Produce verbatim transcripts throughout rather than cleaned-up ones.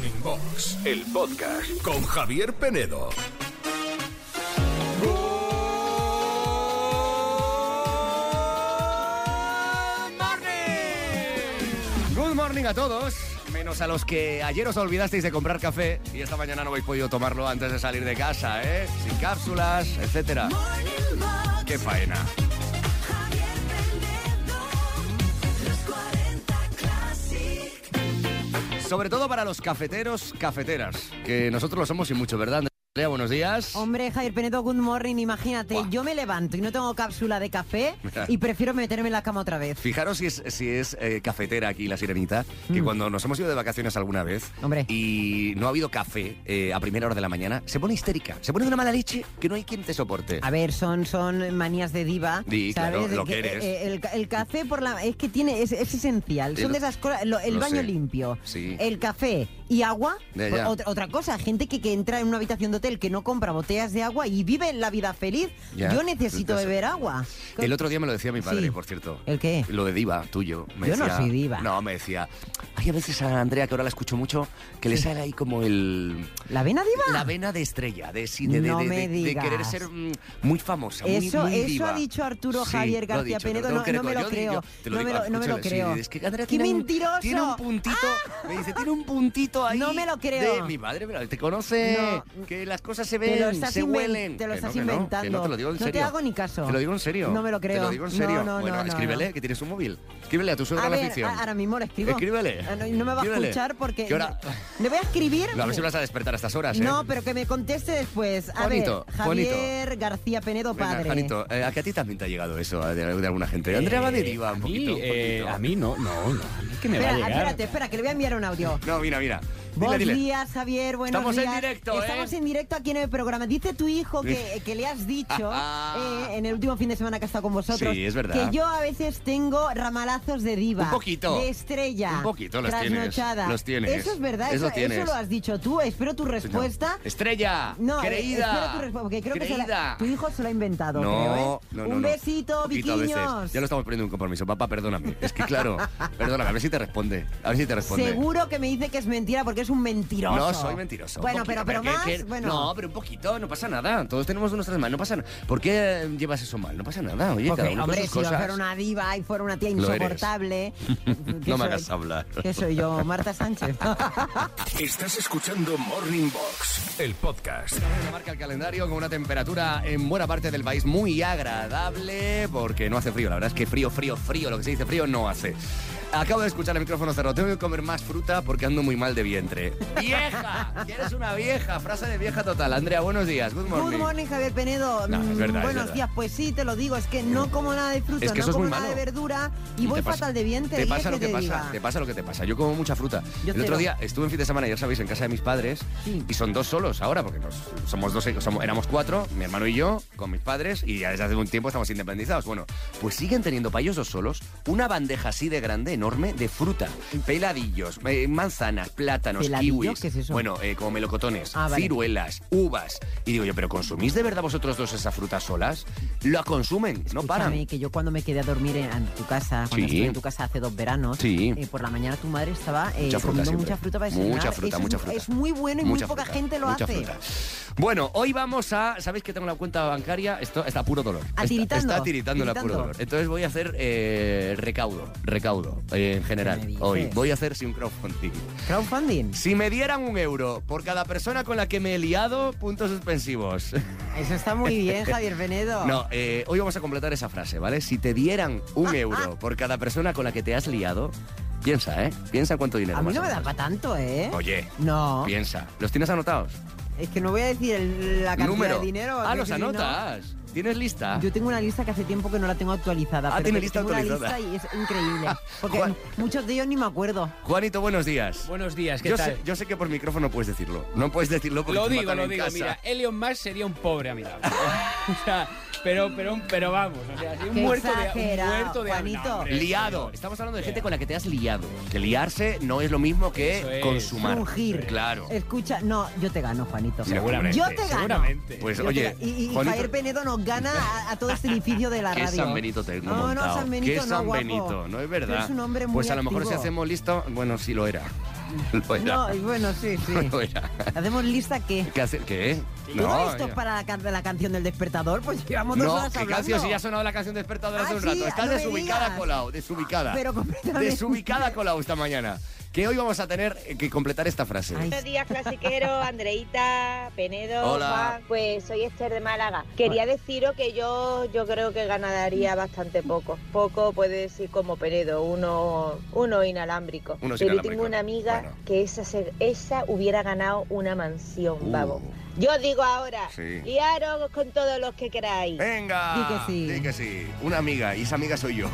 Morning Box, el podcast con Javier Penedo. Good morning a todos, menos a los que ayer os olvidasteis de comprar café y esta mañana no habéis podido tomarlo antes de salir de casa, ¿eh? Sin cápsulas, etcétera. ¡Qué faena! Sobre todo para los cafeteros, cafeteras, que nosotros lo somos y mucho, ¿verdad? Andrea, buenos días. Hombre, Javier Penedo, good morning. Imagínate, Buah. yo me levanto y no tengo cápsula de café y prefiero meterme en la cama otra vez. Fijaros si es, si es eh, cafetera aquí la Sirenita, que Mm. cuando nos hemos ido de vacaciones alguna vez Hombre. y no ha habido café eh, a primera hora de la mañana, se pone histérica, se pone de una mala leche que no hay quien te soporte. A ver, son, son manías de diva. Di, ¿sabes? claro, De lo que eres. eh, el, el café por la es que tiene es, es esencial. Sí, son lo- de esas cosas. lo- el lo baño sé. limpio, Sí. el café y agua. Ya, ya. Otra, otra cosa, gente que, que entra en una habitación de hotel que no compra botellas de agua y vive la vida feliz. Ya. Yo necesito Entonces, beber agua. El otro día me lo decía mi padre, Sí. por cierto. ¿El qué? Lo de diva, tuyo. Me Yo no decía- soy diva. No, me decía... Hay a veces a Andrea, que ahora la escucho mucho, que le Sí. sale ahí como el... ¿La vena diva? La vena de estrella, de, sí, de, de- No de- me de- de digas. querer ser mm, muy famosa, muy, Eso, muy eso diva. ha dicho Arturo Sí, Javier lo ha García dicho, te lo Penedo, tengo no, que no me lo recordar. Yo creo. digo, te lo no, digo, me lo, no me lo escúchale, creo. sí, es que Andrea ¡Qué tiene un- mentiroso! Tiene un puntito, me dice, tiene un puntito ahí. No me lo creo. De mi madre, mira, te conoce, No. que las cosas se Te lo ven, estás se inven- huelen. te lo Que estás no, que no, inventando. que no, te lo digo en No te serio. hago ni caso. Te lo digo en serio. No me lo creo. Te lo digo en No, serio. no, bueno, no, no, escríbele, no. que tienes un móvil. Escríbele a tu suegra A la ver, afición. a- ahora mismo le escribo. Escríbele. Ah, no, y no me va Escríbele. a escuchar porque... Que ahora- Le voy a escribir... A ver si vas a despertar a estas horas, ¿eh? No, pero que me conteste después. A Juanito, ver, Javier García Penedo, Venga, padre. Juanito, eh, ¿a que a ti también te ha llegado eso de, de alguna gente? Andrea va de diva a un mí, poquito. un eh, poquito. a mí no, no, no. A mí que me Espera, va a llegar. espérate, espera, que le voy a enviar un audio. No, mira, mira. Dile, Buenos dile. días, Javier, buenos Estamos en días. directo, ¿eh? Estamos en directo aquí en el programa. Dice tu hijo que, que le has dicho eh, en el último fin de semana que ha estado con vosotros Sí, es verdad. que yo a veces tengo ramalazos de diva. Un poquito. De estrella. Un poquito los tienes, trasnochada. los tienes. Eso es verdad, Eso eso, tienes. eso lo has dicho tú. Espero tu respuesta. Estrella, No, eh, creída. espero tu respuesta, porque creo que se creída. la- tu hijo se lo ha inventado, No, creo, ¿eh? no, no, Un no. besito, Poquito a veces. viquiños. Ya lo estamos poniendo un compromiso. Papá, perdóname. Es que claro, perdóname, a ver si te responde. A ver si te responde. Seguro que me dice que es mentira porque es un mentiroso. No, soy mentiroso. un Bueno, poquito, pero, pero que- más, que- bueno. No, pero un poquito, no pasa nada. Todos tenemos nuestras manos, no pasa nada. ¿Por qué eh, llevas eso mal? No pasa nada. Oye, Porque, cada uno con hombre, sus si yo cosas. fuera una diva y fuera una tía Lo eres. insoportable... ¿qué No me soy? hagas hablar. ¿Qué soy yo? ¿Marta Sánchez? Estás escuchando Morning Box, el podcast. Una marca el calendario con una temperatura en buena parte del país muy agradable porque no hace frío. La verdad es que frío, frío, frío, lo que se dice frío no hace. Acabo de escuchar el micrófono cerrado. Tengo que comer más fruta porque ando muy mal de vientre. ¡Vieja! ¿Que eres una vieja? Frase de vieja total. Andrea, buenos días. Good morning. Good morning, Javier Penedo. No, es Mm, verdad, es Buenos verdad. días, pues sí, te lo digo. Es que no como nada de fruta, Es que no eso es como muy nada malo. de verdura y, Y voy te pasa- fatal de vientre. Te y pasa es lo que te pasa, diga. te pasa lo que te pasa. Yo como mucha fruta. Yo el otro cero. día estuve en fin de semana, ya sabéis, en casa de mis padres Sí. y son dos solos ahora porque nos, somos dos, somos, éramos cuatro, mi hermano y yo, con mis padres y ya desde hace un tiempo estamos independizados. Bueno, pues siguen teniendo para ellos dos solos una bandeja así de grande, enorme, de fruta, peladillos, eh, manzanas, plátanos, ¿Peladillo? kiwis. ¿Qué es eso? Bueno, eh, como melocotones, Ah, vale. ciruelas, uvas. Y digo yo, ¿pero consumís de verdad vosotros dos esa fruta solas? La consumen, no paran. Escúchame, que yo cuando me quedé a dormir en, en tu casa, cuando Sí. estuve en tu casa hace dos veranos, Sí. eh, por la mañana tu madre estaba eh, Mucha fruta comiendo siempre. mucha fruta para desayunar. Mucha fruta, Eso es- mucha fruta. Es muy bueno y Mucha muy poca fruta, gente lo mucha hace. fruta. Bueno, hoy vamos a... ¿Sabéis que tengo la cuenta bancaria? Esto está a puro dolor. Ah, Está- tiritando, Está tiritando la tiritando. puro dolor. Entonces voy a hacer eh, recaudo, recaudo eh, en ¿Qué general. me dices? Hoy voy a hacer sí un crowdfunding. Crowdfunding. Si me dieran un euro por cada persona con la que me he liado, puntos suspensivos. Eso está muy bien, Javier Penedo. No, eh, hoy vamos a completar esa frase, ¿vale? Si te dieran un Ah, euro por cada persona con la que te has liado, piensa, ¿eh? Piensa cuánto dinero. A mí más no o me da menos. para tanto, ¿eh? Oye, No. piensa. ¿Los tienes anotados? Es que no voy a decir el- la cantidad Número. de dinero. Ah, que los si no- anotas. ¿Tienes lista? Yo tengo una lista que hace tiempo que no la tengo actualizada. Ah, pero tiene que lista tengo actualizada. Una lista y es increíble. Porque Juan- muchos de ellos ni me acuerdo. Juanito, buenos días. Buenos días, ¿qué Yo tal? sé, yo sé que por micrófono puedes decirlo. No puedes decirlo porque Lo te digo, matan lo en digo, casa. mira, Elon Musk sería un pobre a mi lado. O sea, pero, pero, pero vamos, o sea, sí, un Qué muerto de, un exagerado, muerto de Juanito. no, hombre, Liado. hombre. Estamos hablando de gente con la que te has liado. Que liarse no es lo mismo que Eso es. consumar. Fungir. Claro. Escucha, no, yo te gano, Juanito. Seguramente. Yo te gano. Seguramente. Pues Yo te oye, ga- y, y Juanito, Javier Penedo nos gana a, a todo este edificio de la ¿qué radio. San Benito tengo No, montado? no, San Benito ¿Qué no, San guapo. Benito? No es Tú verdad. eres un hombre muy Pues a lo mejor si activo. hacemos listo, bueno, sí lo era. Lo era. No, y bueno, sí, sí. Lo era. ¿Hacemos lista qué? ¿Qué hace? ¿Qué? No, esto ya. es para la, can- la canción del despertador, pues llevamos dos No, horas ¿qué hablando. canción? Si ya ha sonado la canción despertadora hace Ah, un sí, rato. Estás no me desubicada, digas. Colau, desubicada. Pero completamente. Desubicada, Colau, esta mañana. Que hoy vamos a tener que completar esta frase. Ay. Buenos días, clasiquero, Andreita, Penedo, Hola. Juan. Pues soy Esther de Málaga. Quería deciros que yo yo creo que ganaría bastante poco. Poco puede decir como Penedo, uno, uno inalámbrico. Uno Pero inalámbrico. tengo una amiga Bueno. que esa, se- esa hubiera ganado una mansión, Uh. vamos. Yo digo ahora, Sí. liaros con todos los que queráis. Venga. Di que sí. Di que sí. Una amiga, y esa amiga soy yo.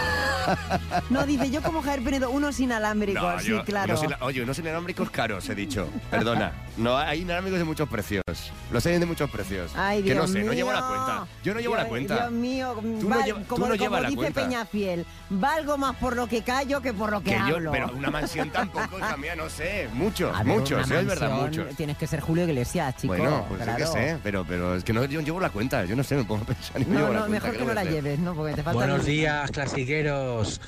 No, dice yo como Javier Penedo, unos inalámbricos, No, sí, yo- claro. unos ina- oye, unos inalámbricos caros, he dicho. Perdona. No, hay inalámbricos de muchos precios. Los hay de muchos precios. Ay, que Dios no sé, no llevo la mío. cuenta. Yo no llevo Dios, la cuenta. Dios mío, Tú no val- lleva- tú como, no llevas como la dice cuenta. Peñafiel, valgo más por lo que callo que por lo que, Que yo, hablo. pero una mansión tampoco, hija mía, no sé. Muchos, A ver, muchos, una ¿eh? es verdad, mansión, muchos. Tienes que ser Julio Iglesias, chico. Bueno, pues claro. yo qué sé, pero, pero es que no yo llevo la cuenta, yo no sé, me pongo a pensar y no, No, llevo la no, cuenta. mejor ¿qué que le no voy a la hacer? lleves, ¿no? Porque te falta... Buenos un- días, clasiqueros.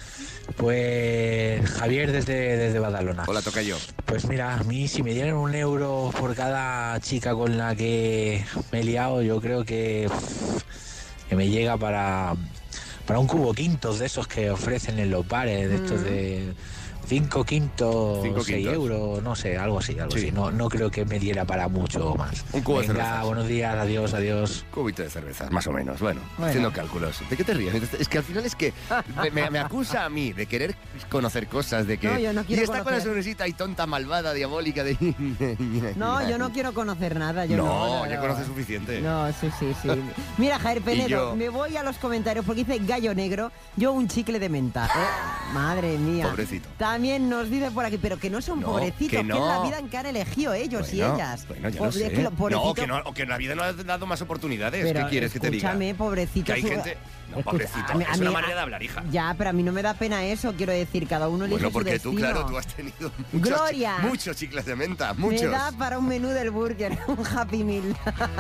Pues Javier desde, desde Badalona. Hola, toca yo. Pues mira, a mí si me dieran un euro por cada chica con la que me he liado, yo creo que, uff, que me llega para, para un cubo quintos de esos que ofrecen en los bares, de estos de cinco quintos, Cinco seis quintos. euros, no sé, algo así, algo Sí. así. No, no creo que me diera para mucho más. Un cubo de Venga, cervezas. buenos días, adiós, adiós. Cubito de cerveza, más o menos. Bueno, Bueno. haciendo cálculos. ¿De qué te ríes? Es que al final es que me, me- me acusa a mí de querer conocer cosas, de que... No, yo no quiero y está con la conocer. sonrisita y tonta, malvada, diabólica de... No, yo no quiero conocer nada. Yo no, No, no, ya no. conoces suficiente. No, sí, sí, sí. Mira, Javier Penedo, yo- me voy a los comentarios porque dice gallo negro, yo un chicle de menta. ¿eh? Madre mía. Pobrecito. También nos dice por aquí, pero que no son No, pobrecitos, que que, no. es la vida en que han elegido ellos Bueno, y ellas. Bueno, ya Pobre- lo sé. es que lo- no, pobrecito- que no, o que la vida no ha dado más oportunidades. pero ¿Qué quieres que te diga? escúchame, pobrecito. Que hay su- gente... No, Escucha, pobrecito, a mí- a es mí- una a- manera de hablar, hija. Ya, pero a mí no me da pena eso, quiero decir, cada uno elige Bueno, su porque tú, destino. claro, tú has tenido muchos, Gloria. chi- muchos chicles de menta, muchos. Me da para un menú del burger, un Happy Meal.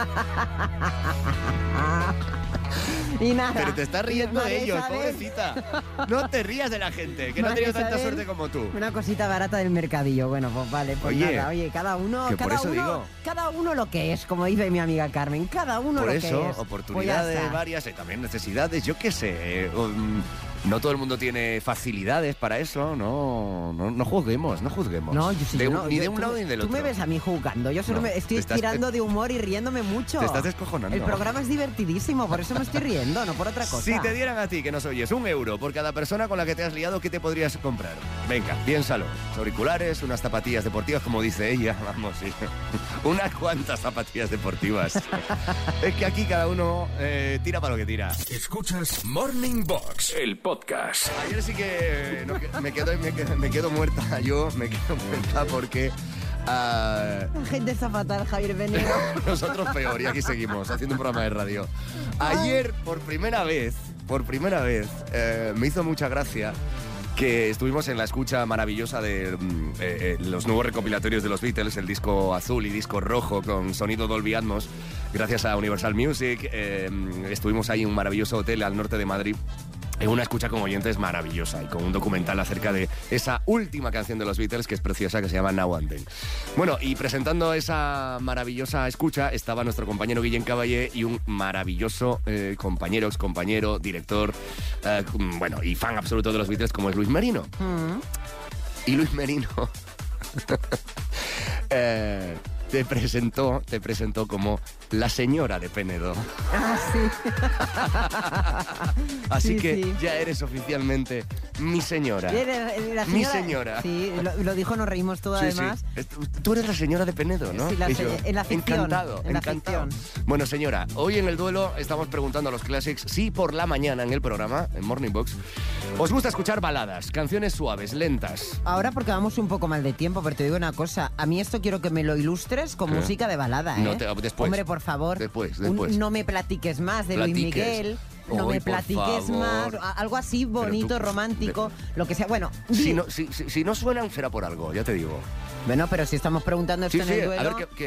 Y nada. Pero te estás riendo María de ellos, Isabel, pobrecita. No te rías de la gente, que no ha María tenido tanta Isabel, suerte como tú. Una cosita barata del mercadillo. Bueno, pues vale, pues Oye, nada, oye, cada uno, que por cada eso uno, digo. cada uno lo que es, como dice mi amiga Carmen, cada uno Por lo eso, que es. Pues ya oportunidades está. varias y también necesidades, yo qué sé. eh, um, no todo el mundo tiene facilidades para eso, no, no, no juzguemos, no juzguemos. No, yo sí, De yo un- no, ni yo- de un tú- lado ni del Tú otro. me ves a mí jugando, yo solo No, me estoy te estás- tirando de humor y riéndome mucho. Te estás descojonando. El programa es divertidísimo, por eso me estoy riendo, no por otra cosa. Si te dieran a ti, que nos oyes, un euro por cada persona con la que te has liado, ¿qué te podrías comprar? Venga, piénsalo. Auriculares, unas zapatillas deportivas, como dice ella, vamos, sí. Unas cuantas zapatillas deportivas. Es que aquí cada uno eh, tira para lo que tira. Escuchas Morning Box, el podcast. Ayer sí que no, que- me, quedo, me, quedo, me quedo muerta, yo me quedo muerta porque... ah, La gente está fatal, Javier Penedo. nosotros peor, y aquí seguimos, haciendo un programa de radio. Ayer, por primera vez, por primera vez, eh, me hizo mucha gracia que estuvimos en la escucha maravillosa de mm, eh, eh, los nuevos recopilatorios de los Beatles, el disco azul y disco rojo con sonido Dolby Atmos, gracias a Universal Music. Eh, estuvimos ahí en un maravilloso hotel al norte de Madrid, en una escucha con oyentes maravillosa y con un documental acerca de esa última canción de los Beatles que es preciosa, que se llama Now and Then. Bueno, y presentando esa maravillosa escucha estaba nuestro compañero Guillén Caballé y un maravilloso eh, compañero, excompañero, director, eh, bueno, y fan absoluto de los Beatles como es Luis Merino. Mm. Y Luis Merino eh, te presentó, te presentó como la señora de Penedo. Ah, sí. Así Sí, que sí. ya eres oficialmente mi señora. Eres- eres la Mi señora. Sí, lo, lo dijo, nos reímos todo Sí, además. sí. Tú- Tú eres la señora de Penedo, ¿no? Sí, la Y se- yo, en la ficción, Encantado, en la encantado. ficción. Bueno, señora, hoy en el duelo estamos preguntando a los Classics si por la mañana en el programa, en Morning Box, os gusta escuchar baladas, canciones suaves, lentas. Ahora porque vamos un poco mal de tiempo, pero te digo una cosa. A mí esto quiero que me lo ilustres con ¿Qué? música de balada, ¿eh? No te- después. Hombre, por favor. Después, Un después. no me platiques más de Luis Platiques. Miguel. No Ay, me por platiques favor. más. a- Algo así bonito, tú- romántico, lo que sea. Bueno, Si di- no, si, si- si no suenan, será por algo, ya te digo. bueno, pero si estamos preguntando esto Sí, en sí, el a duelo... ver qué... qué?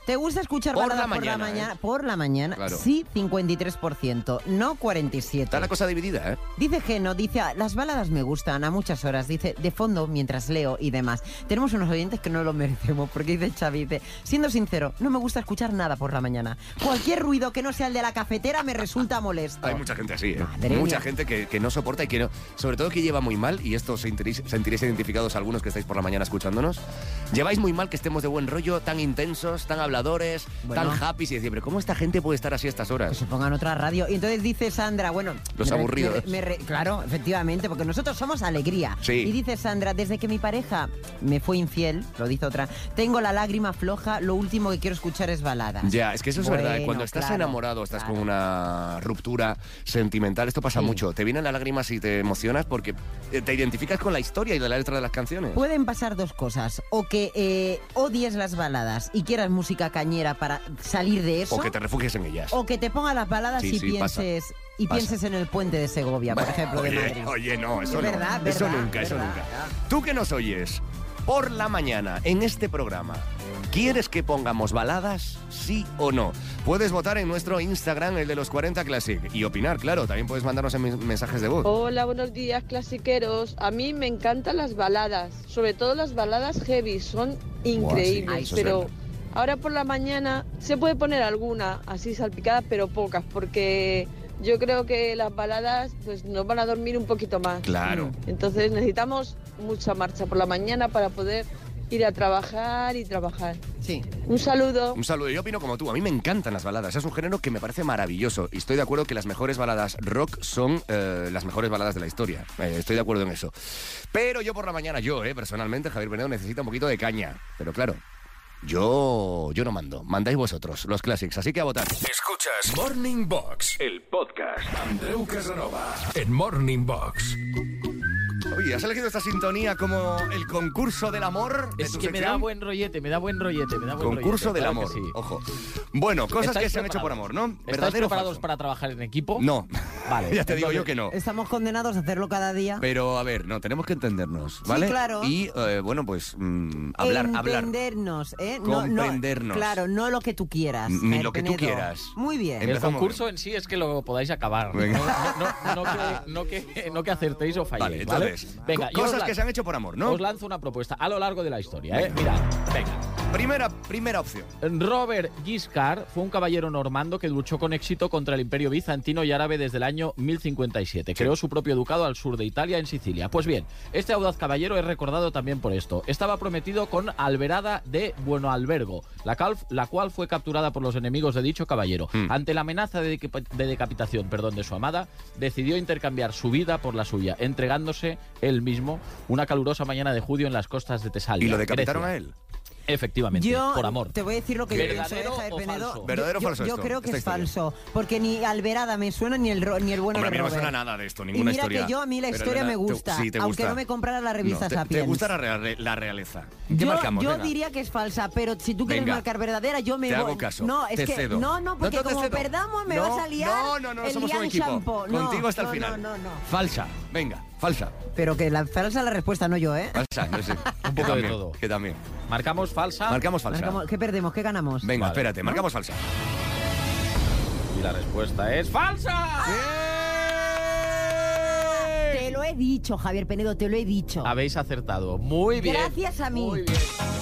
¿Te gusta escuchar Por baladas la por la mañana, mañana? ¿eh? Por la mañana, Claro. sí, cincuenta y tres por ciento, no cuarenta y siete por ciento. Está la cosa dividida, ¿eh? Dice Geno, dice, "Ah, las baladas me gustan a muchas horas", dice, de fondo, mientras leo y demás. Tenemos unos oyentes que no lo merecemos, porque dice Xavi, dice, siendo sincero, no me gusta escuchar nada por la mañana. Cualquier ruido que no sea el de la cafetera me resulta molesto. Hay mucha gente así, ¿eh? Madre Mucha mía. gente que, que no soporta y que no... Sobre todo que lleva muy mal, y esto se sentiréis, sentiréis identificados algunos que estáis por la mañana escuchándonos, lleváis muy mal que estemos de buen rollo, tan intensos, tan habladores, Bueno. tan happy, y decir, pero ¿cómo esta gente puede estar así a estas horas? Que se pongan otra radio. Y entonces dice Sandra, bueno... Los me re- aburridos. me re- me re- claro, efectivamente, porque nosotros somos alegría. Sí. Y dice Sandra, desde que mi pareja me fue infiel, lo dice otra, tengo la lágrima floja, lo último que quiero escuchar es baladas. Ya, es que eso es Bueno, verdad. Cuando estás claro, enamorado, estás claro. con una ruptura sentimental, esto pasa Sí. mucho. Te vienen las lágrimas y te emocionas porque eh, te identificas con la historia y de la letra de las canciones. Pueden pasar dos cosas, o que eh, odies las baladas y quieras música cañera para salir de eso, O que te refugies en ellas. o que te pongas las baladas Sí, y sí, pasa. pienses y Pasa. pienses en el puente de Segovia, por ejemplo, de oye, Madrid. oye, no, eso Es no. verdad, eso verdad, nunca, eso verdad. nunca. Tú que nos oyes por la mañana en este programa, ¿quieres que pongamos baladas? ¿Sí o no? Puedes votar en nuestro Instagram, el de los cuarenta Classic, y opinar, claro. También puedes mandarnos en mis- mensajes de voz. Hola, buenos días, clasiqueros. A mí me encantan las baladas, sobre todo las baladas heavy, son increíbles, sí, eso es pero verdad. ahora por la mañana se puede poner alguna así salpicada, pero pocas, porque yo creo que las baladas pues nos van a dormir un poquito más. Claro. Entonces necesitamos mucha marcha por la mañana para poder ir a trabajar y trabajar. Sí. Un saludo. Un saludo, yo opino como tú, a mí me encantan las baladas, es un género que me parece maravilloso y estoy de acuerdo que las mejores baladas rock son eh, las mejores baladas de la historia, eh, estoy de acuerdo en eso. Pero yo por la mañana, yo, eh, personalmente, Javier Penedo necesita un poquito de caña, pero claro, yo, yo no mando, mandáis vosotros, los Classics, así que a votar. Escuchas Morning Box, el podcast. Andreu Casanova en Morning Box. Oye, ¿has elegido esta sintonía como el concurso del amor de Es tu que me sección? da buen rollete, me da buen rollete, me da buen Concurso rollete, del claro amor, que sí. ojo. Bueno, cosas ¿Estáis que se han hecho por amor, preparados? ¿no? ¿Estáis ¿Verdadero o preparados falso? para trabajar en equipo? No. Vale. Ya te digo yo entonces- que no. Estamos condenados a hacerlo cada día. Pero, a ver, no, tenemos que entendernos, ¿vale? claro. Y, eh, bueno, pues, mm, hablar, hablar. Entendernos, ¿eh? No, no, Comprendernos. claro, no lo que tú quieras. Ni Javier lo que tú Penedo. quieras. Muy bien. El Empezamos concurso bien. en sí es que lo podáis acabar. Venga. No, no- no que, no, que, no que acertéis o falléis. Vale, entonces, Venga, co- yo os cosas lan- que se han hecho por amor, ¿no? Os lanzo una propuesta a lo largo de la historia, ¿eh? Venga. Mira, venga. Primera, primera opción. Robert Guiscard fue un caballero normando que luchó con éxito contra el imperio bizantino y árabe desde el año mil cincuenta y siete. Creó su propio ducado al sur de Italia, en Sicilia. Pues bien, este audaz caballero es recordado también por esto. Estaba prometido con Alberada de Buenoalbergo, la, cal- la cual fue capturada por los enemigos de dicho caballero. Mm. Ante la amenaza de, deca- de decapitación perdón, de su amada, decidió intercambiar su vida por la suya, entregándose él mismo una calurosa mañana de julio en las costas de Tesalia. ¿Y lo decapitaron Grecia. a él? Efectivamente, Yo por amor. te voy a decir lo que yo pienso, ¿eh, ¿Verdadero Javier o Penedo? falso? ¿Verdadero o Yo- falso Yo esto? creo que Esta es historia. falso, porque ni Alberada me suena ni el, ro- ni el bueno Hombre, a de mí no me Robert. suena nada de esto, Y ninguna mira historia. que yo a mí la Pero, historia Elena, me te- gusta, sí, te aunque gusta. no me comprara la revista No, te, Sapiens. ¿Te gusta la, rea- la realeza? ¿Qué Yo, marcamos? yo Venga. diría que es falsa, pero si tú quieres Venga. marcar verdadera, yo me Te voy. hago caso. No, es Te que cedo. no, no, porque No, no te como cedo. perdamos me No, vas a liar. No, no, no, el somos un Lian equipo. Shampoo. No, Contigo hasta el no, final. No, no, no. Falsa. Venga, falsa. Pero que la falsa la respuesta, no yo, ¿eh? Falsa, no sé. Un Que poco de también, todo. Que también. Marcamos falsa. Marcamos falsa. Marcamos- ¿Qué perdemos? ¿Qué ganamos? Venga, Vale. espérate, marcamos falsa. Y la respuesta es falsa. Te lo he dicho, Javier Penedo, te lo he dicho. Habéis acertado. Muy bien. Gracias a mí. Muy bien.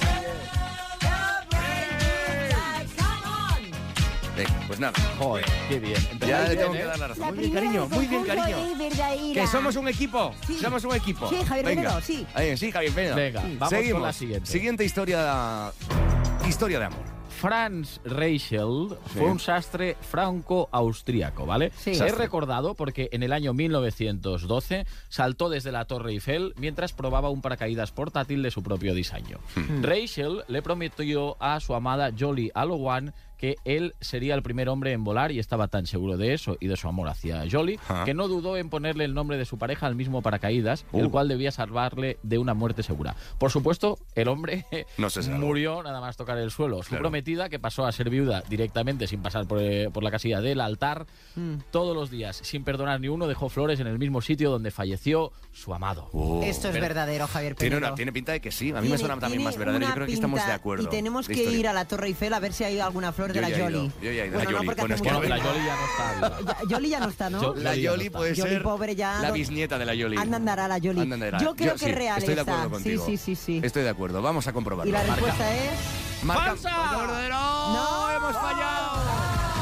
Venga, pues nada. Joder, qué bien. Ya Empezáis le bien, tengo ¿eh? que dar la razón. La Muy bien, primera cariño, del muy bien, concurso cariño. es verdadera. Que somos un equipo. Sí. Somos un equipo. Sí, Javier Venga. Penedo, sí. Ahí, sí, Javier Penedo. Venga, vamos Seguimos. con la siguiente. Siguiente historia. Historia de amor. Franz Reichel Sí. fue un sastre franco-austríaco, ¿vale? Sí. Es Sastre. recordado porque en el año mil novecientos doce saltó desde la Torre Eiffel mientras probaba un paracaídas portátil de su propio diseño. Hmm. Reichel le prometió a su amada Jolie Allouan que él sería el primer hombre en volar y estaba tan seguro de eso y de su amor hacia Jolie Ah. que no dudó en ponerle el nombre de su pareja al mismo paracaídas, Uh. el cual debía salvarle de una muerte segura. Por supuesto, el hombre No se salvó. murió nada más tocar el suelo. Su Claro. prometida, que pasó a ser viuda directamente sin pasar por, eh, por la casilla del altar, Mm. todos los días, sin perdonar ni uno, dejó flores en el mismo sitio donde falleció su amado. Oh. Esto es Pero- verdadero, Javier Tiene, Penedo. una, tiene pinta de que sí. A mí me Tiene- suena también tiene más verdadero. Yo una creo que estamos de pinta, acuerdo. Y tenemos de que historia. ir a la Torre Eiffel a ver si hay alguna flor de Yo la ya he ido, Jolie. yo ya he ido. Bueno, La no, Jolie. porque Bueno, hace es que mucho Bueno, la frío. Jolie ya no está viva. Ya- Jolie ya no está, ¿no? Yo- La Jolie ya no Jolie está. puede Jolie ser pobre ya la no- bisnieta de la Jolie. Anda andará la Jolie. Anda andará. Yo creo que sí, es real Estoy de esta. acuerdo contigo. Sí, sí, sí, sí. Estoy de acuerdo. Vamos a comprobarlo. Y la Marca. respuesta es... Marca- ¡Falsa! ¡No! ¡No! ¡Hemos fallado!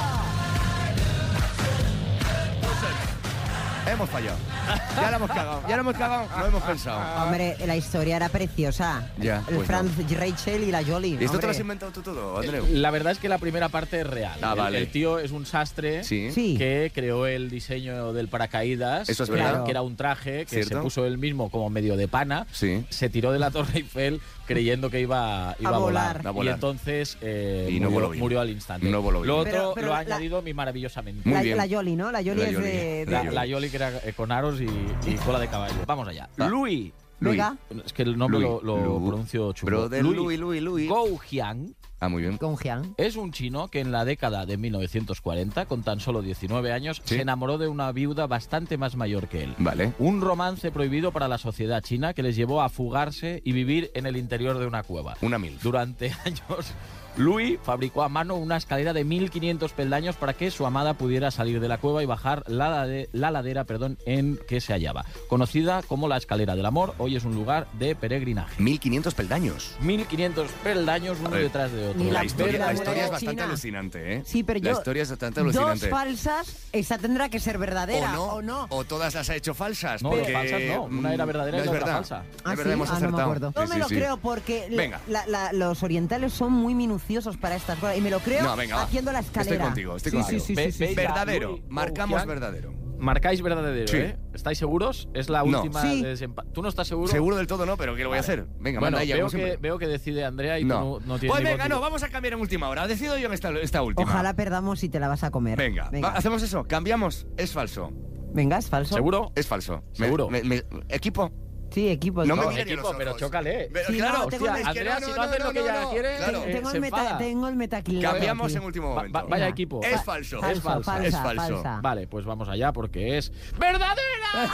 Hemos fallado. Ya la hemos cagado. Ya la hemos cagado. No hemos pensado. Hombre, la historia era preciosa. Ya, El pues Franz, Rachel y la Jolie. ¿Esto te hombre. lo has inventado tú todo, Andreu? La verdad es que la primera parte es real. Ah, El- vale. el, tío es un sastre Sí. Sí. que creó el diseño del paracaídas. Eso es que era- verdad. Que era un traje que ¿Cierto? se puso él mismo como medio de pana. Sí. Se tiró de la Torre Eiffel creyendo que iba, iba a, volar. A volar. Y entonces eh, Y no murió, voló bien. murió al instante. No voló bien. Lo otro Pero- pero lo ha la- añadido mi maravillosamente. Muy la, bien. la Jolie, ¿no? La Jolie La es Jolie. de... de- La, la Jolie que era eh, con aros y, y cola de caballo. Vamos allá. Va. Louis. Venga. Es que el nombre Louis. lo, lo Lu- pronuncio chungo. Brother Louis, Louis, Louis. Goujian Ah, muy bien. Con Jian. es un chino que en la década de mil novecientos cuarenta, con tan solo diecinueve años, Sí. se enamoró de una viuda bastante más mayor que él. Vale. Un romance prohibido para la sociedad china que les llevó a fugarse y vivir en el interior de una cueva. Una mil. Durante años, Louis fabricó a mano una escalera de mil quinientos peldaños para que su amada pudiera salir de la cueva y bajar la, lade- la ladera perdón, en que se hallaba. Conocida como la Escalera del Amor, hoy es un lugar de peregrinaje. mil quinientos peldaños. mil quinientos peldaños uno A ver, detrás de otro. Ni La la historia, la verdadera historia es bastante China. alucinante, ¿eh? Sí, pero La yo... historia es bastante Dos alucinante. falsas, esa tendrá que ser verdadera, o no, ¿o no? o todas las ha hecho falsas. No, porque, falsas no. Una era verdadera mm, y no la es otra verdad. falsa. Es ¿Ah, verdad, sí? hemos Ah, no me acertado. acuerdo. Sí, No me sí, lo sí. creo porque la- Venga. la- la- los orientales son muy minuciosos para estas cosas y me lo creo No, venga, va. haciendo la escalera. Estoy contigo, estoy sí, contigo. Sí, sí, Ve- sí, sí, sí. venga, Verdadero. Louis Marcamos Goujian. verdadero. Marcáis verdadero, Sí. ¿eh? ¿Estáis seguros? Es la No. última Sí. de desempa- ¿Tú no estás seguro? Seguro del todo no, pero ¿qué lo voy a Vale. hacer? Venga, Bueno, manda ella, veo como que, siempre. veo que decide Andrea y No. tú no, no tienes Pues ningún venga, no, tipo- vamos a cambiar en última hora. Decido yo en esta, esta última. Ojalá perdamos y te la vas a comer. Venga, Venga, va- hacemos eso. Cambiamos. Es falso. Venga, es falso. ¿Seguro? Es falso. Me- ¿Seguro? me- me- ¿Equipo? Sí, equipo. No equipo. me No, mire ni a equipo, los pero ojos. chócale. Pero Sí, claro, no, tengo Hostia, el- Andrea, no, si no, no haces no, lo que no, ella no. quiere, Claro. eh, tengo, se el meta, enfada. tengo el metaquilero. Cambiamos aquí. en último Va- momento. va- vaya Venga. equipo. Es Fa- falso. falso, Es falsa. falsa, Es falso. falsa. Vale, pues vamos allá porque es ¡verdadera!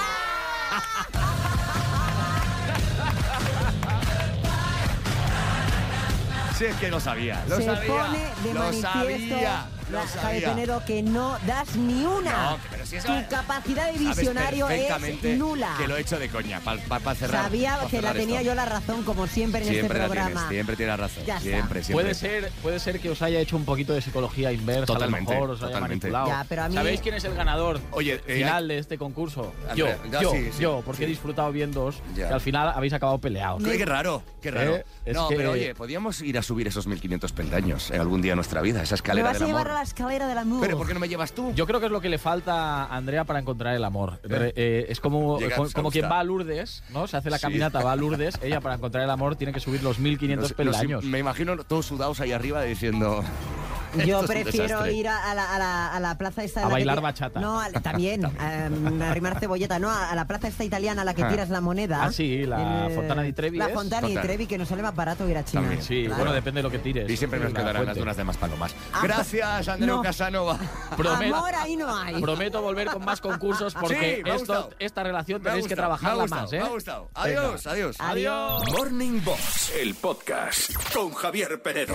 Sí, es que lo sabía. Lo Se sabía. pone de lo manifiesto, sabía. Lo la- Javier sabía. Penedo, que no das ni una. No, pero si eso- tu capacidad de Sabes visionario es perfectamente nula. que lo he hecho de coña, para cerrar. Sabía pa que la cerrar tenía esto. yo la razón, como siempre en Siempre este la programa. tienes, siempre tienes razón. Ya está. siempre, siempre. Puede ser, puede ser que os haya hecho un poquito de psicología inversa, Totalmente, a lo mejor os haya totalmente. manipulado. Ya, pero a mí- ¿Sabéis quién es el ganador Oye, eh, final de este concurso? Andrea, yo, ya, yo, sí, sí, yo, porque sí. he disfrutado viéndoos Ya. que al final habéis acabado peleados. Qué, qué raro, qué raro. Eh, es no, que- pero oye, podíamos ir a subir esos mil quinientos peldaños en algún día de nuestra vida, esa Me escalera vas a del llevar amor. a la escalera del amor. Pero ¿por qué no me llevas tú? Yo creo que es lo que le falta a Andrea para encontrar el amor. Re- eh, es como, Llega como, exhausta. como quien va a Lourdes, ¿no? Se hace la Sí. caminata, va a Lourdes. Ella para encontrar el amor tiene que subir los mil quinientos Nos- nos- peldaños. me imagino todos sudados ahí arriba diciendo... Yo "Esto es un prefiero desastre". ir a, a la, a, la, a la plaza esta... A en la que bailar ti- bachata. No, al- también, em, a arrimar cebolleta. No, a, a la plaza esta italiana a la que Ah. tiras la moneda. Ah, sí, la Eh, Fontana di Trevi, La ¿es? Fontana di Fontana. Trevi, que nos sale más barato ir a China. También. Sí, Claro. bueno, depende de lo que tires. Y siempre nos La quedarán las fuente. dunas de más palomas. Ah, Gracias, Andreu no. Casanova. Prometo- Amor ahí no hay. Prometo volver con más concursos porque Sí, me ha esto, gustado. esta relación Me ha tenéis que gustado, trabajarla me ha gustado, más, ¿eh? Me ha gustado. Adiós, Venga. adiós. Adiós. Morning Box, el podcast con Javier Penedo.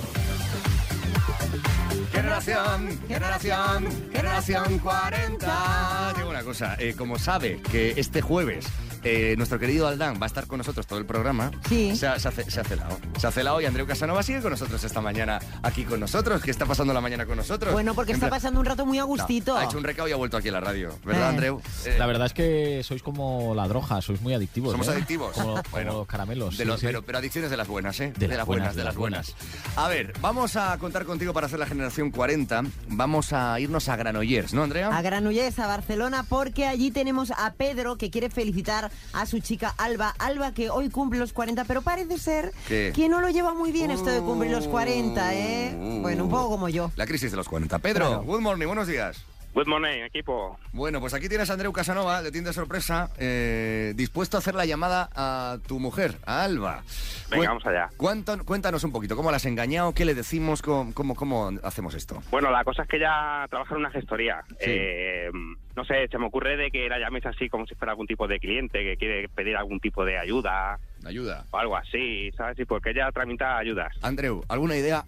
Generación, generación, generación cuarenta. Digo una cosa, eh, como sabe que este jueves eh, nuestro querido Aldán va a estar con nosotros todo el programa, Sí. se, ha, se, ha, ce- se ha celado. Se ha celado y Andreu Casanova sigue con nosotros esta mañana aquí con nosotros. ¿Qué está pasando la mañana con nosotros? Bueno, porque En está plan- pasando un rato muy a No, gustito. ha hecho un recao y ha vuelto aquí a la radio. ¿Verdad, Eh. Andreu? Eh, La verdad es que sois como la droga, sois muy adictivos. Somos ¿eh? adictivos. Como, como Bueno, los caramelos. De sí, los, sí. Pero, pero adicciones de las buenas, ¿eh? De las buenas, de las buenas. A ver, vamos a contar contigo para hacer la generación Generación cuarenta, vamos a irnos a Granollers, ¿no, Andrea? A Granollers, a Barcelona, porque allí tenemos a Pedro, que quiere felicitar a su chica Alba. Alba, que hoy cumple los cuarenta, pero parece ser ¿Qué? que no lo lleva muy bien esto de cumplir los cuarenta, ¿eh? Uh, Bueno, un poco como yo. La crisis de los cuarenta. Pedro, Claro. good morning, buenos días. Good morning, equipo. Bueno, pues aquí tienes a Andreu Casanova, de Tienda Sorpresa, eh, dispuesto a hacer la llamada a tu mujer, a Alba. Venga, Cuen- vamos allá. cuánto- cuéntanos un poquito, ¿cómo la has engañado? ¿Qué le decimos? ¿Cómo, cómo, cómo hacemos esto? Bueno, la cosa es que ella trabaja en una gestoría. Sí. Eh, no sé, se me ocurre de que la llames así como si fuera algún tipo de cliente que quiere pedir algún tipo de ayuda Ayuda. o algo así, ¿sabes? Sí, porque ella tramita ayudas. Andreu, ¿alguna idea?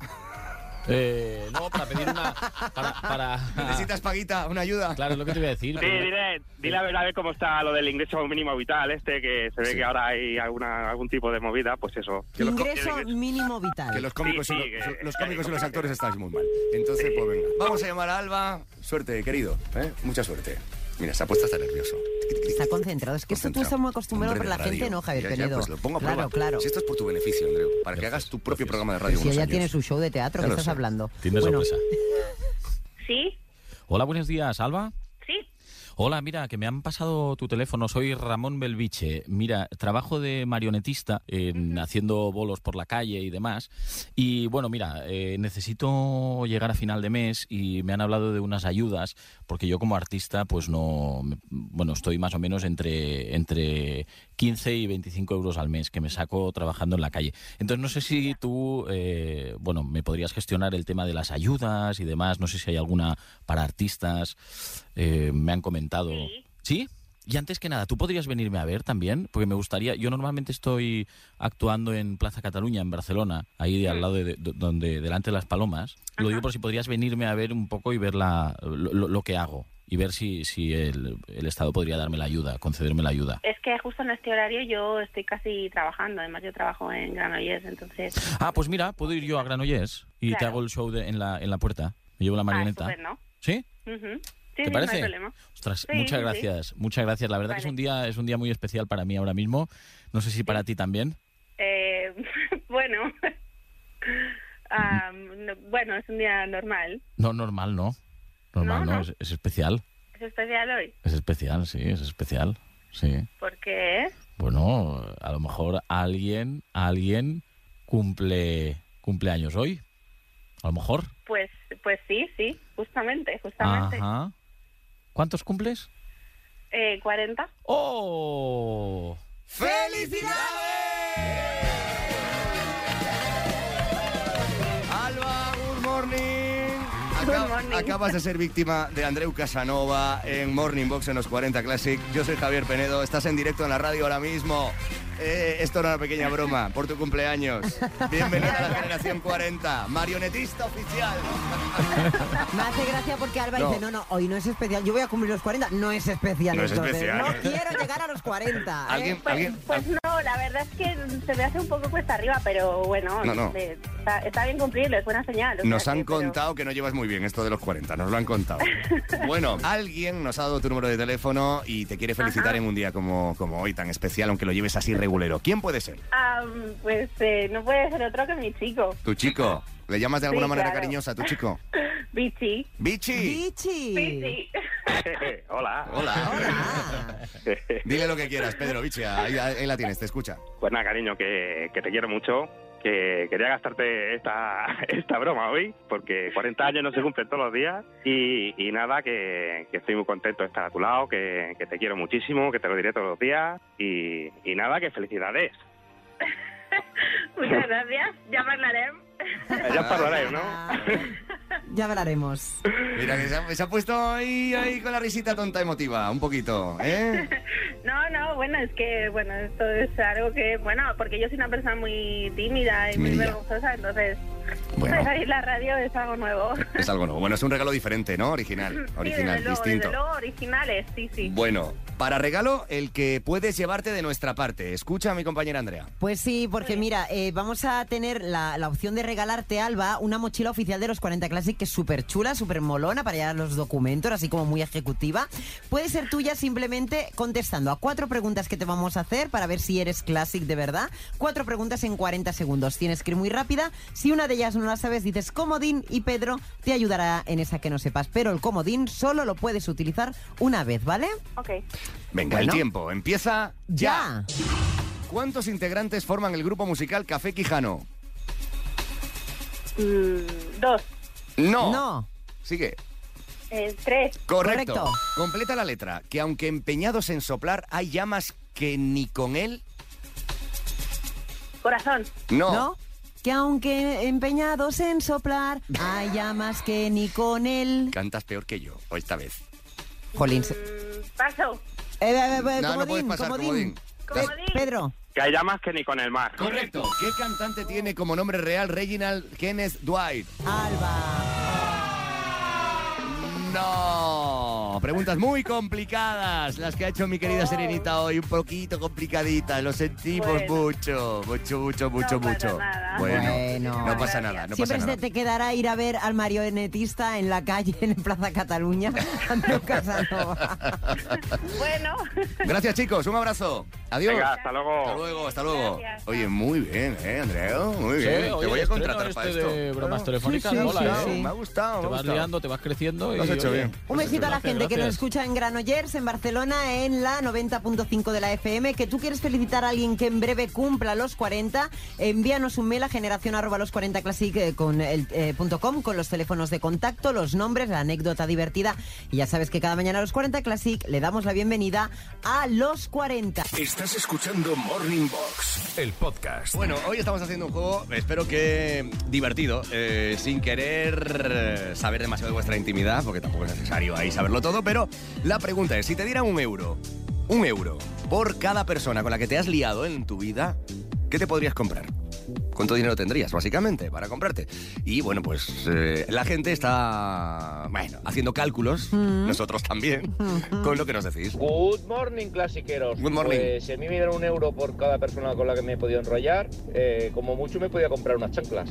Eh, no, para pedir una... Para, para... ¿Necesitas, Paguita, una ayuda? Claro, es lo que te iba a decir. Sí, dile, dile a ver, a ver cómo está lo del ingreso mínimo vital este, que se ve Sí. que ahora hay alguna algún tipo de movida, pues eso. Que los co- Ingreso mínimo vital. Que los cómicos, Sí, y, sí, los, que- los cómicos y los actores estáis muy mal. Entonces, pues venga. Vamos a llamar a Alba. Suerte, querido. ¿eh? Mucha suerte. Mira, se ha puesto hasta nervioso. Está concentrado. Es que esto tú Concentrado. estás muy acostumbrado, Hombre pero la de gente radio. no, Javier Ya, ya, Penedo. pues lo pongo a claro, prueba. claro. Si esto es por tu beneficio, Andreu, para que hagas tu propio programa de radio. Si unos ella años. tiene su show de teatro, Ya ¿qué lo estás sé. hablando? Tienda Bueno, sorpresa. ¿Sí? Hola, buenos días, Alba. Sí. Hola, mira, que me han pasado tu teléfono. Soy Ramón Belviche. Mira, trabajo de marionetista, en, haciendo bolos por la calle y demás. Y bueno, mira, eh, necesito llegar a final de mes y me han hablado de unas ayudas, porque yo como artista, pues no, me- bueno, estoy más o menos entre, entre quince y veinticinco euros al mes que me saco trabajando en la calle. Entonces no sé si tú, eh, bueno, me podrías gestionar el tema de las ayudas y demás. No sé si hay alguna para artistas. Eh, me han comentado. Sí. ¿Sí? Y antes que nada, ¿tú podrías venirme a ver también? Porque me gustaría... Yo normalmente estoy actuando en Plaza Cataluña, en Barcelona, ahí de al lado de, de- donde delante de las Palomas. Lo digo por si podrías venirme a ver un poco y ver la, lo, lo- lo que hago. Y ver si, si el, el Estado podría darme la ayuda, concederme la ayuda. Es que justo en este horario yo estoy casi trabajando. Además, yo trabajo en Granollers, entonces... Ah, pues mira, puedo ir yo a Granollers y te Claro. hago el show de- en, la, en la puerta. Me llevo la marioneta. Ah, estupendo. ¿Sí? Ujú. Sí, ¿Te sí, parece? no hay problema. Ostras, Sí, muchas sí, gracias, muchas gracias. La verdad que es Vale. un día es un día muy especial para mí ahora mismo. No sé si para ti también. Eh, bueno... Ah, no- bueno, es un día normal. No, normal, no. Normal, No, no, no. Es, es especial. Es especial hoy. Es especial, sí, es especial. Sí. ¿Por qué? Bueno, a lo mejor alguien, alguien cumple cumpleaños hoy. A lo mejor. Pues, pues sí, sí, justamente, justamente. Ajá. ¿Cuántos cumples? Eh, cuarenta. ¡Oh! ¡Felicidades! Alba, good morning. Good Acab- morning. Acabas de ser víctima de Andreu Casanova en Morning Box en los cuarenta Classic. Yo soy Javier Penedo, estás en directo en la radio ahora mismo. Eh, esto era una pequeña broma por tu cumpleaños. Bienvenida a la generación cuarenta, marionetista oficial. Me hace gracia porque Alba No. dice, no, no, hoy no es especial. Yo voy a cumplir los cuarenta. No es especial. No es entonces. especial. No quiero llegar a los cuarenta. ¿eh? ¿Alguien, Pues, alguien, pues no, la verdad es que se me hace un poco cuesta arriba, pero bueno, No, no. eh, Está, está bien cumplirlo, es buena señal. o Nos sea han que, pero- contado que no llevas muy bien esto de los cuarenta, nos lo han contado. Bueno, alguien nos ha dado tu número de teléfono y te quiere felicitar Ajá. en un día como, como hoy, tan especial, aunque lo lleves así regulero. ¿Quién puede ser? Ah, pues eh, no puede ser otro que mi chico, ¿Tu chico? ¿Le llamas de alguna Sí, manera claro. cariñosa a tu chico? Bichi. ¡Bichi! ¡Bichi! Bichi. Hola. Hola. Hola. Dile lo que quieras, Pedro, Bichi, ahí, ahí la tienes, te escucha. Pues nada, cariño, que, que te quiero mucho, que quería gastarte esta, esta broma hoy, porque cuarenta años no se cumplen todos los días, y, y nada, que, que estoy muy contento de estar a tu lado, que, que te quiero muchísimo, que te lo diré todos los días, y, y nada, que felicidades. Muchas gracias, ya hablaremos. Ya hablaré, ¿no? Ya hablaremos. Mira, que se ha, se ha puesto ahí, ahí con la risita tonta emotiva, un poquito, ¿eh? No, no, bueno, es que, bueno, esto es algo que, bueno, porque yo soy una persona muy tímida y muy Tímida. vergonzosa, entonces, Bueno. pues ahí la radio es algo nuevo. Es algo nuevo. Bueno, es un regalo diferente, ¿no? Original, Sí, original, desde luego, distinto. desde luego, originales, sí, sí. Bueno, para regalo, el que puedes llevarte de nuestra parte. Escucha a mi compañera Andrea. Pues sí, porque mira, eh, vamos a tener la, la opción de regalarte, Alba, una mochila oficial de los cuarenta Classic que es súper chula, súper molona para llevar los documentos, así como muy ejecutiva. Puede ser tuya simplemente contestando a cuatro preguntas que te vamos a hacer para ver si eres Classic de verdad. Cuatro preguntas en cuarenta segundos. Tienes que ir muy rápida. Si una de de ellas no la sabes, dices comodín y Pedro te ayudará en esa que no sepas. Pero el comodín solo lo puedes utilizar una vez, ¿vale? Ok. Venga, Bueno. el tiempo empieza ya. Ya. ¿Cuántos integrantes forman el grupo musical Café Quijano? Mm, dos. No. No. Sigue. Eh, tres. Correcto. Correcto. Completa la letra. Que aunque empeñados en soplar, hay llamas que ni con él... Corazón. No. ¿No? Que aunque empeñados en soplar, hay llamas que ni con él. Cantas peor que yo, o esta vez. Jolín. se- Mm, paso. Eh, eh, eh, No, no comodín, puedes pasar, comodín. Comodín. Pedro. Que hay llamas que ni con el mar. Correcto. ¿Qué cantante tiene como nombre real Reginald Kenneth Dwight? Alba. No. Preguntas muy complicadas, las que ha hecho mi querida Serenita hoy, un poquito complicaditas, lo sentimos Bueno. mucho, mucho, mucho, mucho, No pasa mucho. nada. Bueno, Bueno. no pasa nada, no Siempre pasa se nada. te quedará ir a ver al marionetista en la calle, en Plaza Cataluña, Andreu Casanova. Bueno. Gracias, chicos, un abrazo. Adiós. Venga, hasta luego. Hasta luego, hasta luego. Gracias. Oye, muy bien, ¿eh, Andreu? Muy Sí, bien. oye, Te voy a estreno contratar este para esto. de bromas telefónicas, Sí, sí, mola, sí, ¿eh? sí. Me ha gustado, Te me ha vas gustado. liando, te vas creciendo. Lo has y, hecho oye, bien. Un besito a la Gracias, gente que nos gracias. escucha en Granollers, en Barcelona, en la noventa punto cinco de la F M. Que tú quieres felicitar a alguien que en breve cumpla los cuarenta, envíanos un mail a generación arroba los cuarenta classic eh, con el, eh, punto com con los teléfonos de contacto, los nombres, la anécdota divertida. Y ya sabes que cada mañana a los cuarenta Classic le damos la bienvenida a los cuarenta. Estás escuchando Morning Box, el podcast. Bueno, hoy estamos haciendo un juego, espero que divertido, eh, sin querer eh, saber demasiado de vuestra intimidad, porque tampoco es necesario ahí saberlo todo, pero la pregunta es, si te dieran un euro, un euro, por cada persona con la que te has liado en tu vida, ¿qué te podrías comprar? ¿Cuánto dinero tendrías, básicamente, para comprarte? Y bueno, pues eh, la gente está, bueno, haciendo cálculos, nosotros también, con lo que nos decís. Good morning, clasiqueros. Good morning. Pues si a mí me dieran un euro por cada persona con la que me he podido enrollar, eh, como mucho me podía comprar unas chanclas.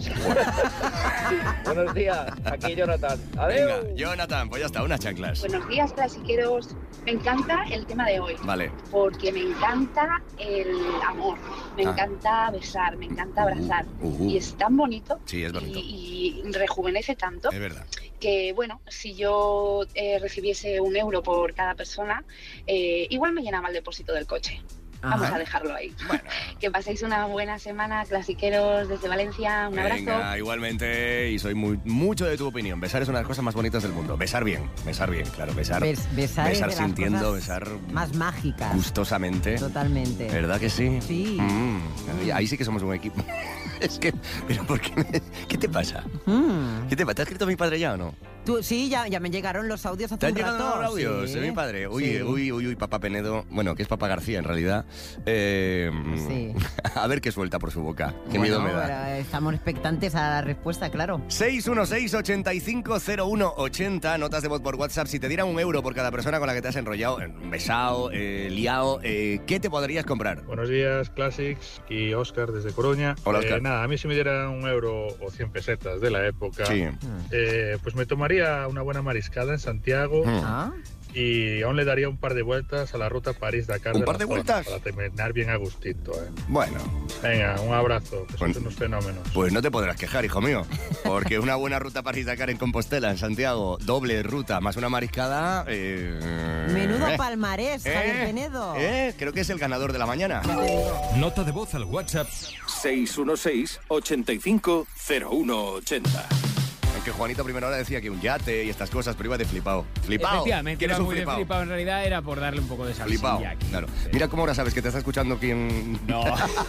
Buenos días, aquí Jonathan. Adiós. Venga, Jonathan, pues ya está, unas chanclas. Buenos días, clasiqueros. Me encanta el tema de hoy, Vale. porque me encanta el amor, me Ah. encanta besar, me encanta abrazar. Ujú. Y es tan bonito, Sí, es bonito. y, y rejuvenece tanto Es verdad. que, bueno, si yo eh, recibiese un euro por cada persona, eh, igual me llenaba el depósito del coche. Vamos Ajá. a dejarlo ahí. Bueno. Que paséis una buena semana, clasiqueros desde Valencia. Un abrazo. Venga, igualmente, y soy muy, mucho de tu opinión. Besar es una de las cosas más bonitas del mundo. Besar bien, besar bien, claro, besar. Bes- besar es de las sintiendo, cosas besar más mágicas. gustosamente. Totalmente. ¿Verdad que sí? Sí. Mm, ahí- ahí sí que somos un equipo. Es que, pero ¿por qué? me- ¿Qué te pasa? Mm. ¿Qué te pasa? ¿Te ha escrito mi padre ya o no? Tú, sí, ya, ya me llegaron los audios hace ¿Te han un llegado rato. los audios sí. de mi padre? Uy, Sí. uy, uy, uy, papá Penedo. Bueno, que es papá García en realidad. Eh, Sí. A ver qué suelta por su boca. Qué Bueno, miedo me da. pero estamos expectantes a la respuesta, claro. seis uno seis, ocho cinco cero uno ocho cero, notas de voz por WhatsApp. Si te dieran un euro por cada persona con la que te has enrollado, eh, besado, eh, liado, eh, ¿qué te podrías comprar? Buenos días, Classics. Aquí Óscar desde Coruña. Hola, Eh, Óscar. nada, a mí si me dieran un euro o cien pesetas de la época, Sí. eh, pues me tomaría una buena mariscada en Santiago Mm. Ah, y aún le daría un par de vueltas a la ruta París-Dakar. ¿Un de par la de zona, vueltas? Para terminar bien a gustito. Eh. Bueno, Venga, un abrazo, que Bueno. sois unos fenómenos. pues no te podrás quejar, hijo mío. Porque una buena ruta París-Dakar en Compostela, en Santiago, doble ruta, más una mariscada... eh, menudo eh, palmarés, Javier eh, Penedo. eh, creo que es el ganador de la mañana. Ya te digo. Nota de voz al WhatsApp seis uno seis, ocho cinco cero uno ocho cero. Aunque Juanito primero ahora decía que un yate y estas cosas, pero iba de flipado. Flipado. Efectivamente, ¿Quién es iba un muy de flipado? flipado. En realidad era por darle un poco de salsilla Flipado, aquí. claro. Sí. Mira cómo ahora sabes que te está escuchando quien... No.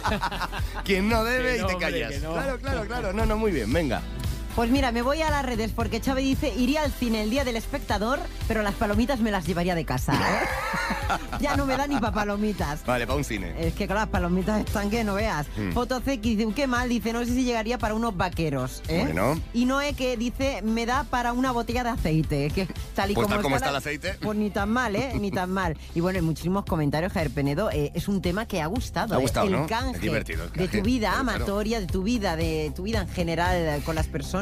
quien no debe Que y no, te hombre, callas. que no. Claro, claro, claro. No, no, muy bien, venga. Pues mira, me voy a las redes porque Chávez dice, iría al cine el día del espectador, pero las palomitas me las llevaría de casa. ¿eh? Ya no me da ni para palomitas. Vale, para un cine. Es que claro, las palomitas están que no veas. Mm. Fotocek dice, qué mal, dice, no sé si llegaría para unos vaqueros. ¿eh? Bueno. Y Noé que dice, me da para una botella de aceite. Que tal y Pues como, tal como está el la- aceite. Pues ni tan mal, ¿eh? Ni tan mal. Y bueno, hay muchísimos comentarios, Javier Penedo. eh, es un tema que ha gustado. Ha ¿eh? gustado, el ¿no? canje Es divertido el de canje, tu vida claro, claro. amatoria, de tu vida, de tu vida en general eh, con las personas.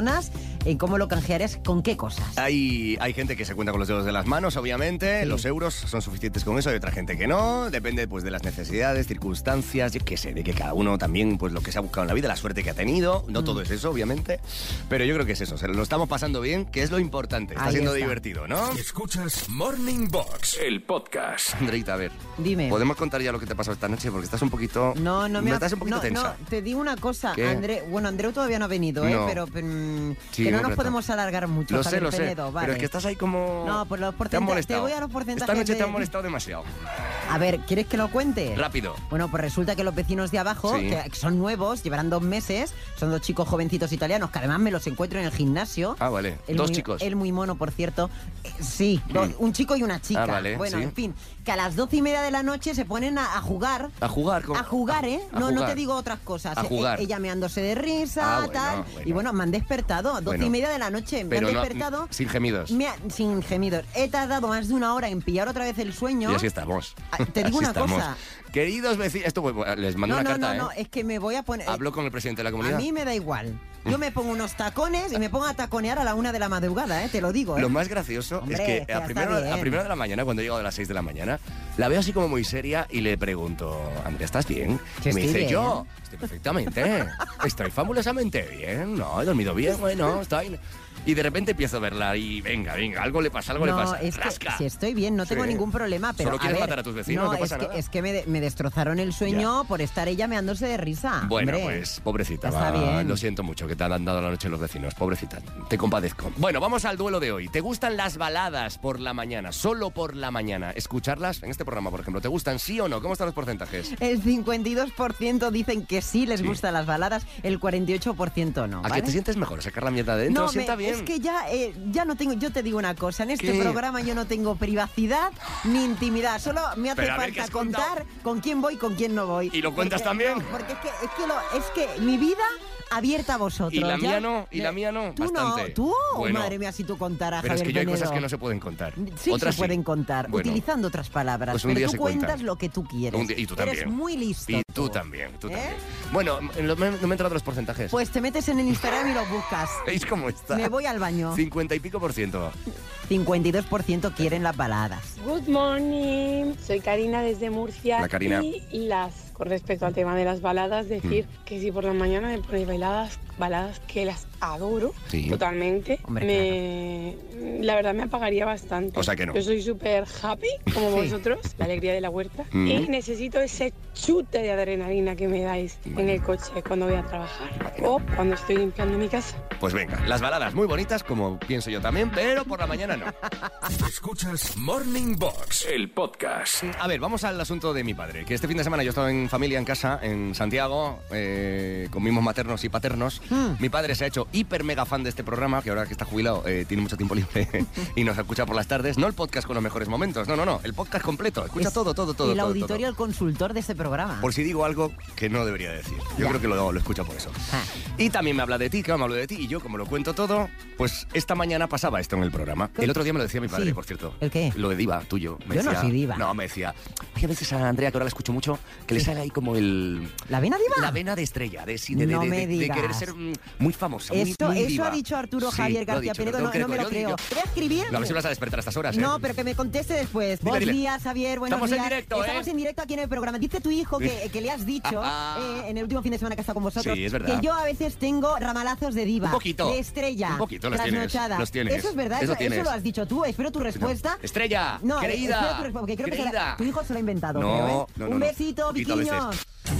personas, en cómo lo canjearías, con qué cosas. Hay, hay gente que se cuenta con los dedos de las manos, obviamente. Sí. Los euros son suficientes con eso. Hay otra gente que no. Depende pues de las necesidades, circunstancias, yo qué sé, de que cada uno también, pues lo que se ha buscado en la vida, la suerte que ha tenido. No mm. todo es eso, obviamente. Pero yo creo que es eso. Se lo estamos pasando bien, que es lo importante. Está Ahí siendo está. divertido, ¿no? Escuchas Morning Box, el podcast. Andreita, a ver. Dime. ¿Podemos contar ya lo que te ha pasado esta noche? Porque estás un poquito... No, no me... me estás un poquito no, tensa. No, te digo una cosa, ¿Qué? André... Bueno, Andreu todavía no ha venido, ¿eh? No. Pero, pero sí, que no nos reto. podemos alargar mucho. Lo Javier sé, lo Penedo, sé. vale. Pero es que estás ahí como... No, por los Te han porcentajes. molestado. Te voy a los porcentajes. Esta noche de... te han molestado demasiado. A ver, ¿quieres que lo cuente? Rápido. Bueno, pues resulta que los vecinos de abajo, sí. que son nuevos, llevarán dos meses, son dos chicos jovencitos italianos, que además me los encuentro en el gimnasio. Ah, vale. El dos muy, chicos. El muy mono, por cierto. Eh, sí, mm. dos, un chico y una chica. Ah, vale, bueno, sí. en fin, que a las doce y media de la noche se ponen a, a jugar. ¿A jugar? ¿Cómo? A jugar, ¿eh? A no, jugar. no te digo otras cosas. A jugar. Eh, ella meándose de risa, ah, bueno, tal. Bueno. Y bueno, me han despertado a doce bueno. y media de la noche. Me Pero han no, despertado. Sin gemidos. Me ha, sin gemidos. He tardado más de una hora en pillar otra vez el sueño. Y así estamos. Te digo así una estamos. cosa. Queridos vecinos, esto pues, les mando no, una no, carta, no, no, ¿eh? es que me voy a poner... Hablo con el presidente de la comunidad. A mí me da igual. Yo me pongo unos tacones y me pongo a taconear a la una de la madrugada, ¿eh? Te lo digo, ¿eh? Lo más gracioso Hombre, es que, es que a, primera, a primera de la mañana, cuando he llegado a las seis de la mañana, la veo así como muy seria y le pregunto, Andrea, ¿estás bien? Sí, y me dice, bien. yo, estoy perfectamente, estoy fabulosamente bien, no, he dormido bien, bueno, estoy... Y de repente empiezo a verla y venga, venga, algo le pasa, algo no, le pasa. Es ¡Rasca! Que, si estoy bien, no tengo sí. ningún problema, pero Solo quieres a ver, matar a tus vecinos, no, no pasa es que, nada. Es que me, de, me destrozaron el sueño ya. por estar ella meándose de risa. Bueno, hombre. pues, pobrecita, Está va, bien. lo siento mucho que te han dado la noche los vecinos, pobrecita, te compadezco. Bueno, vamos al duelo de hoy. ¿Te gustan las baladas por la mañana, solo por la mañana? ¿Escucharlas en este programa, por ejemplo? ¿Te gustan sí o no? ¿Cómo están los porcentajes? El cincuenta y dos por ciento dicen que sí les sí. gustan las baladas, el cuarenta y ocho por ciento no. ¿vale? ¿A qué te sientes mejor? ¿Sacar la mierda de dentro? No, ¿Sienta me, bien? Es que ya, eh, ya no tengo... Yo te digo una cosa, en este ¿Qué? programa yo no tengo privacidad ni intimidad, solo me hace Pero, falta contar con quién voy, con quién no voy. ¿Y lo cuentas porque, también? No, porque es que, es, que lo, es que mi vida abierta a vosotros. Y la ¿ya? mía no, y la mía no, ¿Tú bastante. no? ¿Tú? Bueno, madre mía, si tú contaras, pero Javier es que yo hay Penedo. cosas que no se pueden contar. Sí otras se pueden sí. contar, bueno, utilizando otras palabras, pues un pero día tú se cuentas cuentan. lo que tú quieres. Un día, y tú también. Eres muy listo. Y tú también, tú ¿Eh? también. Bueno, no me, no me he entrado los porcentajes. Pues te metes en el Instagram y los buscas. ¿Veis cómo está? Me voy al baño. cincuenta y pico por ciento. cincuenta y dos por ciento quieren las baladas. Good morning, soy Karina desde Murcia. La Karina. Y las, con respecto al tema de las baladas, decir mm. que si por la mañana me ponéis bailadas, baladas que las adoro sí. totalmente, Hombre, me, claro. la verdad me apagaría bastante. O sea que no. Yo soy súper happy, como sí. vosotros, la alegría de la huerta, mm. y necesito ese chute de adrenalina que me dais bueno. en el coche cuando voy a trabajar o cuando estoy limpiando mi casa. Pues venga, las baladas muy bonitas, como pienso yo también, pero por la mañana no. Escuchas Morning Box, el podcast. A ver, vamos al asunto de mi padre, que este fin de semana yo estaba en familia en casa, en Santiago, eh, con mimos maternos y paternos. Mm. Mi padre se ha hecho hiper mega fan de este programa, que ahora que está jubilado eh, tiene mucho tiempo libre y nos escucha por las tardes. No el podcast con los mejores momentos, no, no, no, el podcast completo. Escucha es todo, todo, todo. El todo, auditorio, todo. el consultor de este programa. Por si digo algo que no debería decir. Yo ya. creo que lo, lo escucha por eso. Ah. Y también me habla de ti, que me hablo de ti, y yo como lo cuento todo, pues esta mañana pasaba esto en el programa. El otro día me lo decía mi padre, sí. por cierto. ¿El qué? Lo de diva, tuyo. Me yo decía, no soy diva. No, me decía, hay a veces a Andrea, que ahora la escucho mucho, que le sale ahí como el... ¿La vena diva? La vena de estrella, de, de, de, no de, me de, de querer ser muy famosa, muy, eso, muy eso diva. ha dicho Arturo sí, Javier García Penedo, no, no me lo creo. ¿Te voy a escribir? No, a ver si vas a despertar a estas horas, ¿eh? No, pero que me conteste después. Dile, Buenos dile. días, Javier, buenos Estamos días. en directo, ¿eh? Estamos en directo aquí en el programa. Dice tu hijo que, que le has dicho eh, en el último fin de semana que ha estado con vosotros sí, es verdad. que yo a veces tengo ramalazos de diva. Un poquito. De estrella. Un poquito, los tienes, los tienes. Eso es verdad, eso, eso, eso lo has dicho tú. Espero tu respuesta. No. Estrella, no, querida, espero tu respuesta, porque creo querida. que será, tu hijo se lo ha inventado. No, creo, ¿eh? no, no, Un no. besito, Viquiños.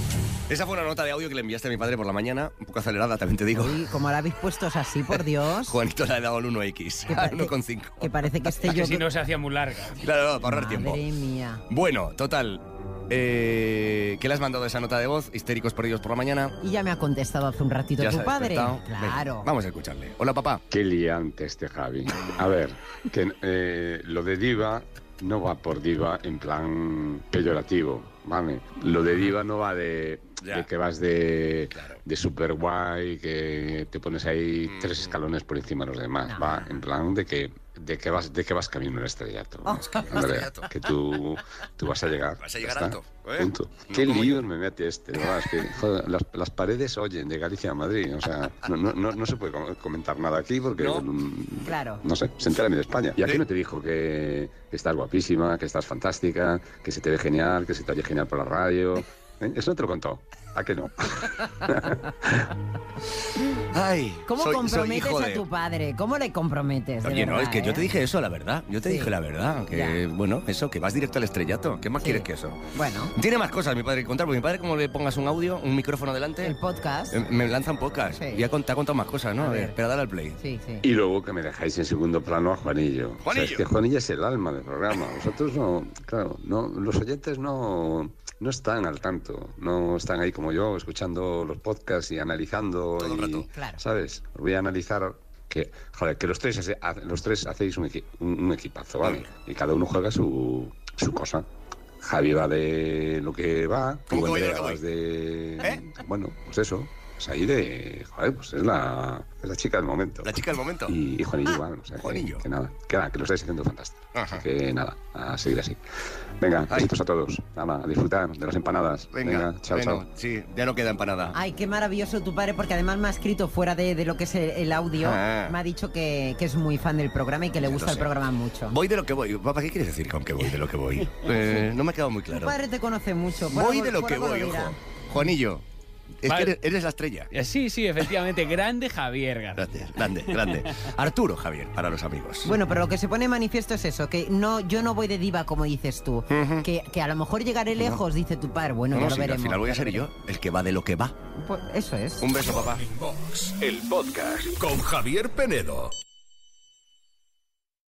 Esa fue una nota de audio que le enviaste a mi padre por la mañana, un poco acelerada, también te digo. Uy, como la habéis puesto así, por Dios. Juanito le ha dado el uno equis, al uno coma cinco. Que parece que esté yo... Que si no se hacía muy larga. Claro, para ahorrar Madre tiempo. Madre mía. Bueno, total... Eh, ¿Qué le has mandado esa nota de voz? Histéricos perdidos por la mañana. Y ya me ha contestado hace un ratito ¿Ya tu se ha padre. despertado? Claro. Venga, vamos a escucharle. Hola, papá. Qué liante este Javi. A ver, que eh, lo de diva no va por diva en plan peyorativo, ¿vale? Lo de diva no va de Ya. De que vas de, claro. de super guay, que te pones ahí mm. tres escalones por encima de los demás. No. Va, en plan de que de que vas de que vas camino al estrellato. Oh, es que, Andrea, que tú, tú vas a llegar. Vas a llegar alto. ¿Eh? Punto. No, Qué líos me mete este. ¿No? Es que, joder, las, las paredes oyen de Galicia a Madrid. O sea, no, no, no, no se puede comentar nada aquí porque... No, um, claro. No sé, se entera de España. Y aquí ¿Sí? no te dijo que, que estás guapísima, que estás fantástica, que se te ve genial, que se te oye genial por la radio. ¿Eh? Eso no te lo contó. ¿A qué no? Ay, ¿Cómo soy, comprometes soy a tu padre? ¿Cómo le comprometes? Oye, verdad, no, es que ¿eh? yo te dije eso, la verdad. Yo te sí. dije la verdad. Que, ya. bueno, eso, que vas directo al estrellato. ¿Qué más sí. quieres que eso? Bueno. Tiene más cosas mi padre que contar, porque mi padre, como le pongas un audio, un micrófono delante... El podcast. Eh, me lanzan podcast. Sí. Y ha, te ha contado más cosas, ¿no? A, a ver, ver, pero dale al play. Sí, sí. Y luego que me dejáis en segundo plano a Juanillo. Juanillo. O sea, es que Juanillo es el alma del programa. Vosotros no... Claro, no, los oyentes no... No están al tanto, no están ahí como yo, escuchando los podcasts y analizando. Todo el y, rato. Claro. ¿Sabes? Os voy a analizar que, joder, que los tres, hace, los tres hacéis un, equi, un, un equipazo, ¿vale? Vale. Y cada uno juega su, su cosa. Javi va de lo que va, tú Andrea vas de... ¿Eh? Bueno, pues eso. Pues ahí de... Joder, pues es la, es la chica del momento. La chica del momento. Y, y Juanillo ah, igual. O sea, Juanillo. Que, que nada, que nada, que lo estáis haciendo fantástico. Ajá. Así que nada, a seguir así. Venga, Ay. besitos a todos. Nada, a disfrutar de las empanadas. Venga, Venga chao, bueno, chao. Sí, ya no queda empanada. Ay, qué maravilloso tu padre, porque además me ha escrito fuera de, de lo que es el, el audio. Ah. Me ha dicho que, que es muy fan del programa y que le gusta el programa mucho. Voy de lo que voy. Papá, ¿qué quieres decir con que voy de lo que voy? eh, no me ha quedado muy claro. Tu padre te conoce mucho. Voy de lo que voy, ojo. Juanillo. Es vale. que eres, eres la estrella. Sí, sí, efectivamente. Grande Javier García. Grande, grande, grande. Arturo Javier, para los amigos. Bueno, pero lo que se pone en manifiesto es eso, que no, yo no voy de diva como dices tú. Uh-huh. que, que a lo mejor llegaré lejos, no. dice tu padre. Bueno, no, ya no, lo sí, veremos. Al final voy a ser yo, el que va de lo que va. Pues eso es. Un beso, papá. Morning Box, el podcast con Javier Penedo.